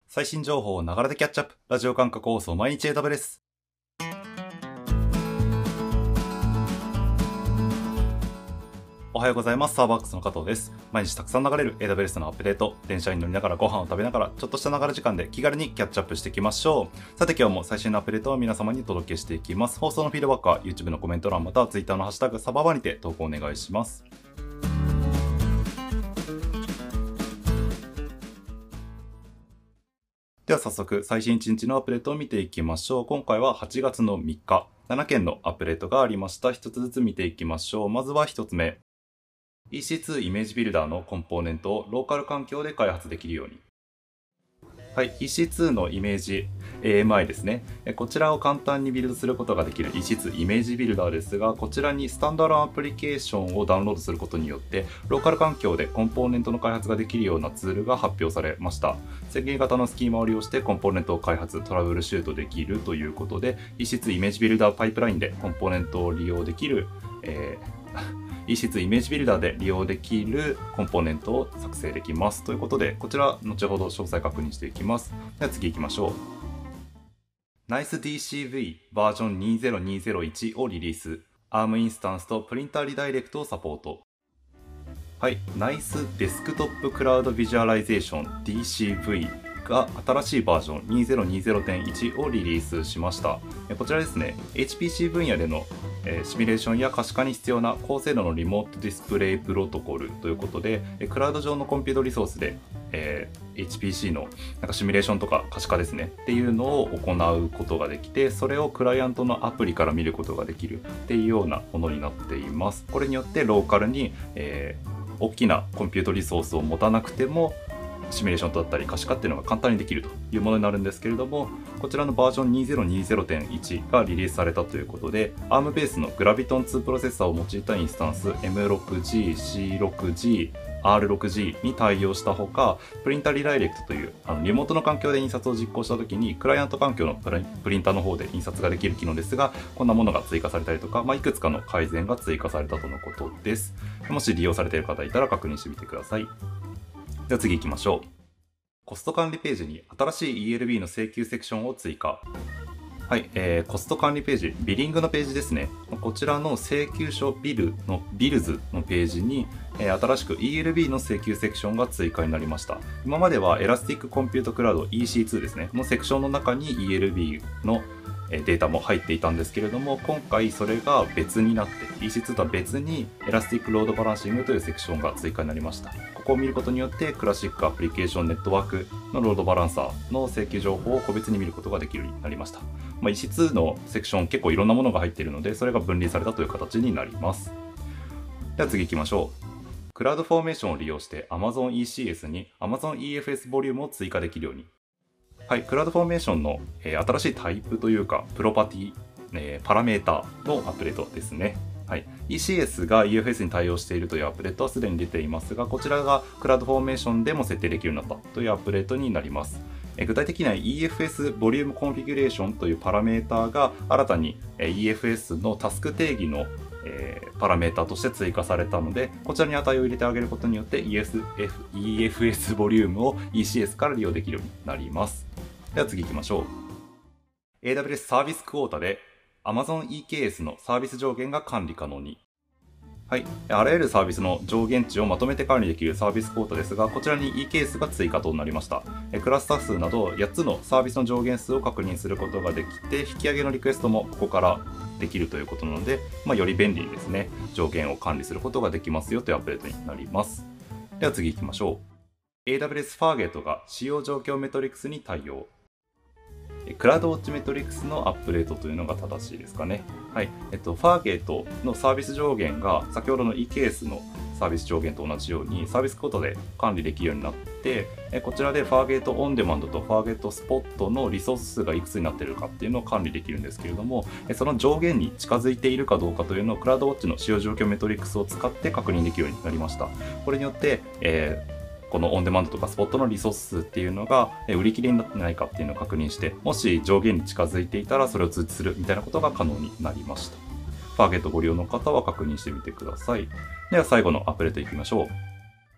最新情報をながらでキャッチアップ。ラジオ感覚放送毎日 AW です。おはようございます。サーバークスの加藤です。毎日たくさん流れる AWS のアップデート、電車に乗りながらご飯を食べながら、ちょっとしたながら時間で気軽にキャッチアップしていきましょう。さて今日も最新のアップデートを皆様にお届けしていきます。放送のフィードバックは YouTube のコメント欄または Twitter のハッシュタグサババにて投稿お願いします。では早速最新1日のアップデートを見ていきましょう。今回は8月の3日、7件のアップデートがありました。一つずつ見ていきましょう。まずは1つ目。EC2 イメージビルダーのコンポーネントをローカル環境で開発できるように。はい、EC2 のイメージ AMI ですね。こちらを簡単にビルドすることができる EC2 イメージビルダーですが、こちらにスタンダードアプリケーションをダウンロードすることによって、ローカル環境でコンポーネントの開発ができるようなツールが発表されました。宣言型のスキーマを利用してコンポーネントを開発、トラブルシュートできるということで、EC2 イメージビルダーパイプラインでコンポーネントを利用できる、EC2 イメージビルダーで利用できるコンポーネントを作成できます。ということで、こちら後ほど詳細確認していきます。では次行きましょう。NiceDCV バージョン20201をリリース。ARM インスタンスとプリンターリダイレクトをサポート。はい、Nice デスクトップクラウドビジュアライゼーション DCVが新しいバージョン 2020.1 をリリースしました。こちらですね、HPC 分野でのシミュレーションや可視化に必要な高精度のリモートディスプレイプロトコルということで、クラウド上のコンピュートリソースで、HPC のシミュレーションとか可視化ですねっていうのを行うことができて、それをクライアントのアプリから見ることができるっていうようなものになっています。これによってローカルに、大きなコンピュートリソースを持たなくてもシミュレーションだったり可視化っていうのが簡単にできるというものになるんですけれども、こちらのバージョン 2020.1 がリリースされたということで、 ARM ベースの Graviton2 プロセッサーを用いたインスタンス M6G、C6G、R6G に対応したほか、プリンターリダイレクトというリモートの環境で印刷を実行した時にクライアント環境のプリンターの方で印刷ができる機能ですが、こんなものが追加されたりとか、いくつかの改善が追加されたとのことです。もし利用されている方いたら確認してみてください。では次行きましょう。コスト管理ページに新しい ELB の請求セクションを追加。はい、コスト管理ページ、ビリングのページですね。こちらの請求書ビルズのページに、新しく ELB の請求セクションが追加になりました。今まではエラスティックコンピュートクラウド EC2 ですねのセクションの中に ELB のデータも入っていたんですけれども、今回それが別になって EC2 とは別にエラスティックロードバランシングというセクションが追加になりました。ここを見ることによってクラシックアプリケーションネットワークのロードバランサーの請求情報を個別に見ることができるようになりました。EC2 のセクション結構いろんなものが入っているので、それが分離されたという形になります。では次行きましょう。クラウドフォーメーションを利用して Amazon ECS に Amazon EFS ボリュームを追加できるように。はい、クラウドフォーメーションの、新しいタイプというかプロパティ、パラメータのアップデートですね。はい、ECS が EFS に対応しているというアップデートはすでに出ていますが、こちらがクラウドフォーメーションでも設定できるようになったというアップデートになります。具体的には EFS ボリュームコンフィギュレーションというパラメータが新たに EFS のタスク定義のパラメータとして追加されたので、こちらに値を入れてあげることによって EFS ボリュームを ECS から利用できるようになります。では次行きましょう。 AWS サービスクォータで Amazon EKS のサービス上限が管理可能に。はい、あらゆるサービスの上限値をまとめて管理できるサービスクォータですが、こちらに EKS が追加となりました。クラスター数など8つのサービスの上限数を確認することができて、引き上げのリクエストもここからできるということなので、より便利にですね、上限を管理することができますよというアップデートになります。では次行きましょう。 AWS ファーゲートが使用状況メトリクスに対応。クラウドウォッチメトリクスのアップデートというのが正しいですかね。はい、ファーゲートのサービス上限が先ほどの EKS のサービス上限と同じようにサービスコードで管理できるようになって、こちらでファーゲートオンデマンドとファーゲートスポットのリソース数がいくつになっているかっていうのを管理できるんですけれども、その上限に近づいているかどうかというのをクラウドウォッチの使用状況メトリクスを使って確認できるようになりました。これによってこのオンデマンドとかスポットのリソース数っていうのが売り切れになってないかっていうのを確認して、もし上限に近づいていたらそれを通知するみたいなことが可能になりました。ファーゲットご利用の方は確認してみてください。では最後のアップデートいきましょう。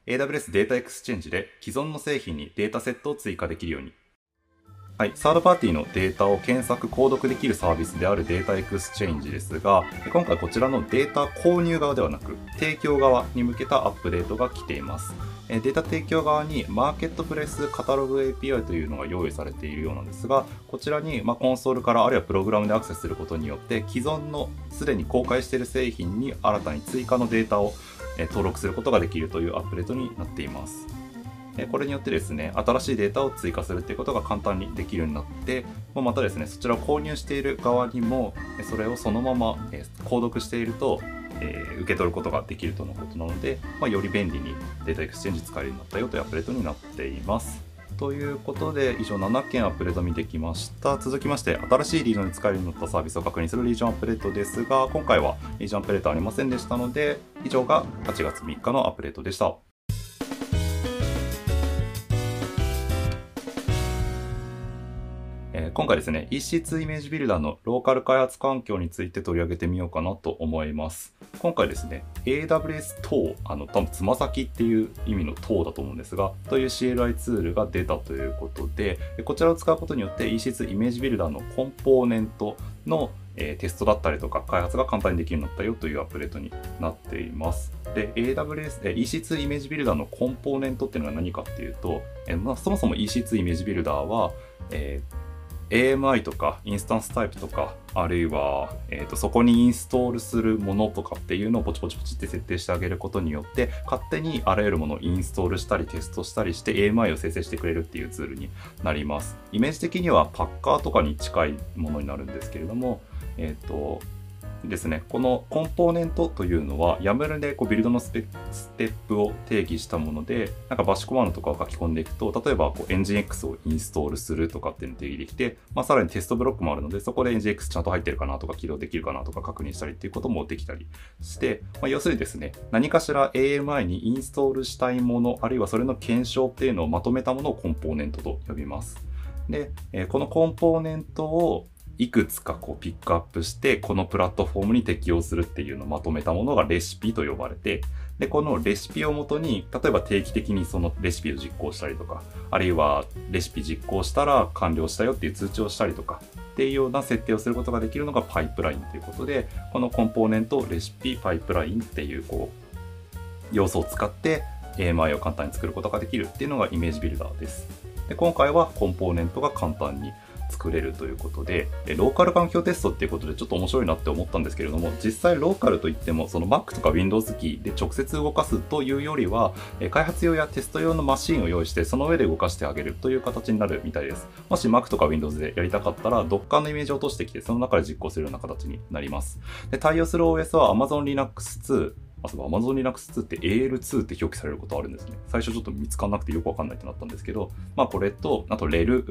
AWS データエクスチェンジで既存の製品にデータセットを追加できるように。はい、サードパーティーのデータを検索・購読できるサービスであるデータエクスチェンジですが、今回こちらのデータ購入側ではなく、提供側に向けたアップデートが来ています。データ提供側にマーケットプレイスカタログ API というのが用意されているようなんですが、こちらにコンソールからあるいはプログラムでアクセスすることによって、既存のすでに公開している製品に新たに追加のデータを登録することができるというアップデートになっています。これによってですね、新しいデータを追加するということが簡単にできるようになって、またですね、そちらを購入している側にも、それをそのまま購読していると、受け取ることができるとのことなので、より便利にデータエクスチェンジ使えるようになったよというアップデートになっています。ということで、以上7件アップデート見てきました。続きまして、新しいリージョンに使えるようになったサービスを確認するリージョンアップデートですが、今回はリージョンアップデートありませんでしたので、以上が8月3日のアップデートでした。今回ですね、EC2 イメージビルダーのローカル開発環境について取り上げてみようかなと思います。今回ですね、AWS 等、多分つま先っていう意味の等だと思うんですが、という CLI ツールが出たということで、こちらを使うことによって EC2 イメージビルダーのコンポーネントのテストだったりとか開発が簡単にできるようになったよというアップデートになっています。で、EC2 イメージビルダーのコンポーネントっていうのが何かっていうと、そもそも EC2 イメージビルダーは、AMI とかインスタンスタイプとか、あるいは、そこにインストールするものとかっていうのをポチポチポチって設定してあげることによって、勝手にあらゆるものをインストールしたりテストしたりして AMI を生成してくれるっていうツールになります。イメージ的にはパッカーとかに近いものになるんですけれども、ですね、このコンポーネントというのは YAML でビルドのステップを定義したもので、なんかバッシュコマンドとかを書き込んでいくと、例えばNGINX をインストールするとかっていうのを定義できて、さらにテストブロックもあるので、そこで NGINX ちゃんと入ってるかなとか起動できるかなとか確認したりっていうこともできたりして、要するにですね、何かしら AMI にインストールしたいもの、あるいはそれの検証っていうのをまとめたものをコンポーネントと呼びます。で、このコンポーネントをいくつかピックアップして、このプラットフォームに適用するっていうのをまとめたものがレシピと呼ばれて、で、このレシピをもとに、例えば定期的にそのレシピを実行したりとか、あるいはレシピ実行したら完了したよっていう通知をしたりとか、っていうような設定をすることができるのがパイプラインということで、このコンポーネントレシピパイプラインっていう要素を使って AMI を簡単に作ることができるっていうのがイメージビルダーです。で、今回はコンポーネントが簡単に作れるということで、ローカル環境テストっていうことでちょっと面白いなって思ったんですけれども、実際ローカルといってもその Mac とか Windows 機で直接動かすというよりは、開発用やテスト用のマシンを用意してその上で動かしてあげるという形になるみたいです。もし Mac とか Windows でやりたかったら Docker のイメージを落としてきてその中で実行するような形になります。で、対応する OS は Amazon Linux 2、Amazon Linux 2って AL2 って表記されることあるんですね。最初ちょっと見つかんなくてよくわかんないってなったんですけど、これと、あと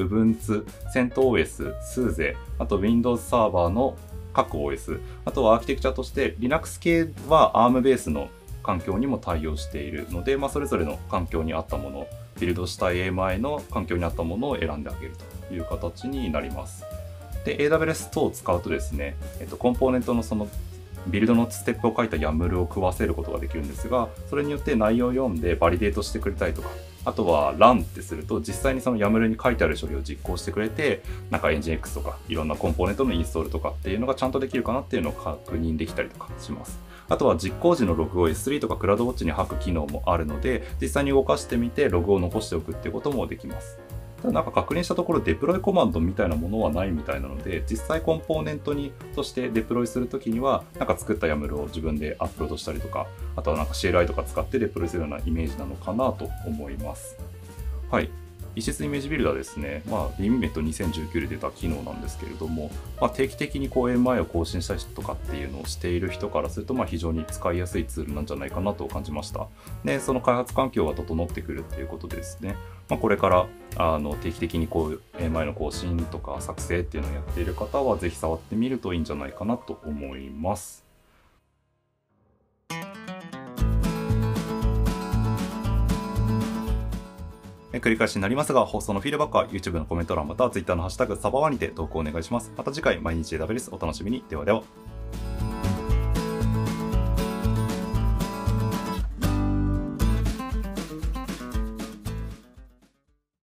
RHEL、Ubuntu、CentOS、SUSE、あと Windows サーバーの各 OS、あとはアーキテクチャとして Linux 系は ARM ベースの環境にも対応しているので、それぞれの環境に合ったもの、ビルドしたい AMI の環境に合ったものを選んであげるという形になります。で、AWS 等を使うとですね、コンポーネントのそのビルドのステップを書いた YAML を食わせることができるんですが、それによって内容を読んでバリデートしてくれたりとか、あとは Run ってすると実際にその YAML に書いてある処理を実行してくれて、なんか NGINX とかいろんなコンポーネントのインストールとかっていうのがちゃんとできるかなっていうのを確認できたりとかします。あとは実行時のログを S3 とか CloudWatch に吐く機能もあるので、実際に動かしてみてログを残しておくっていうこともできます。ただなんか確認したところデプロイコマンドみたいなものはないみたいなので、実際コンポーネントにとしてデプロイするときにはなんか作った YAML を自分でアップロードしたりとか、あとはなんか CLI とか使ってデプロイするようなイメージなのかなと思います。はい。EC2 イメージビルダーですね。リミメット2019で出た機能なんですけれども、定期的にAMI を更新したりとかっていうのをしている人からすると、非常に使いやすいツールなんじゃないかなと感じました。で、その開発環境が整ってくるっていうことでですね、これから定期的にAMI の更新とか作成っていうのをやっている方は、ぜひ触ってみるといいんじゃないかなと思います。繰り返しになりますが、放送のフィードバックは YouTube のコメント欄または Twitter のハッシュタグサバワにて投稿お願いします。また次回毎日 AWS お楽しみに。ではでは。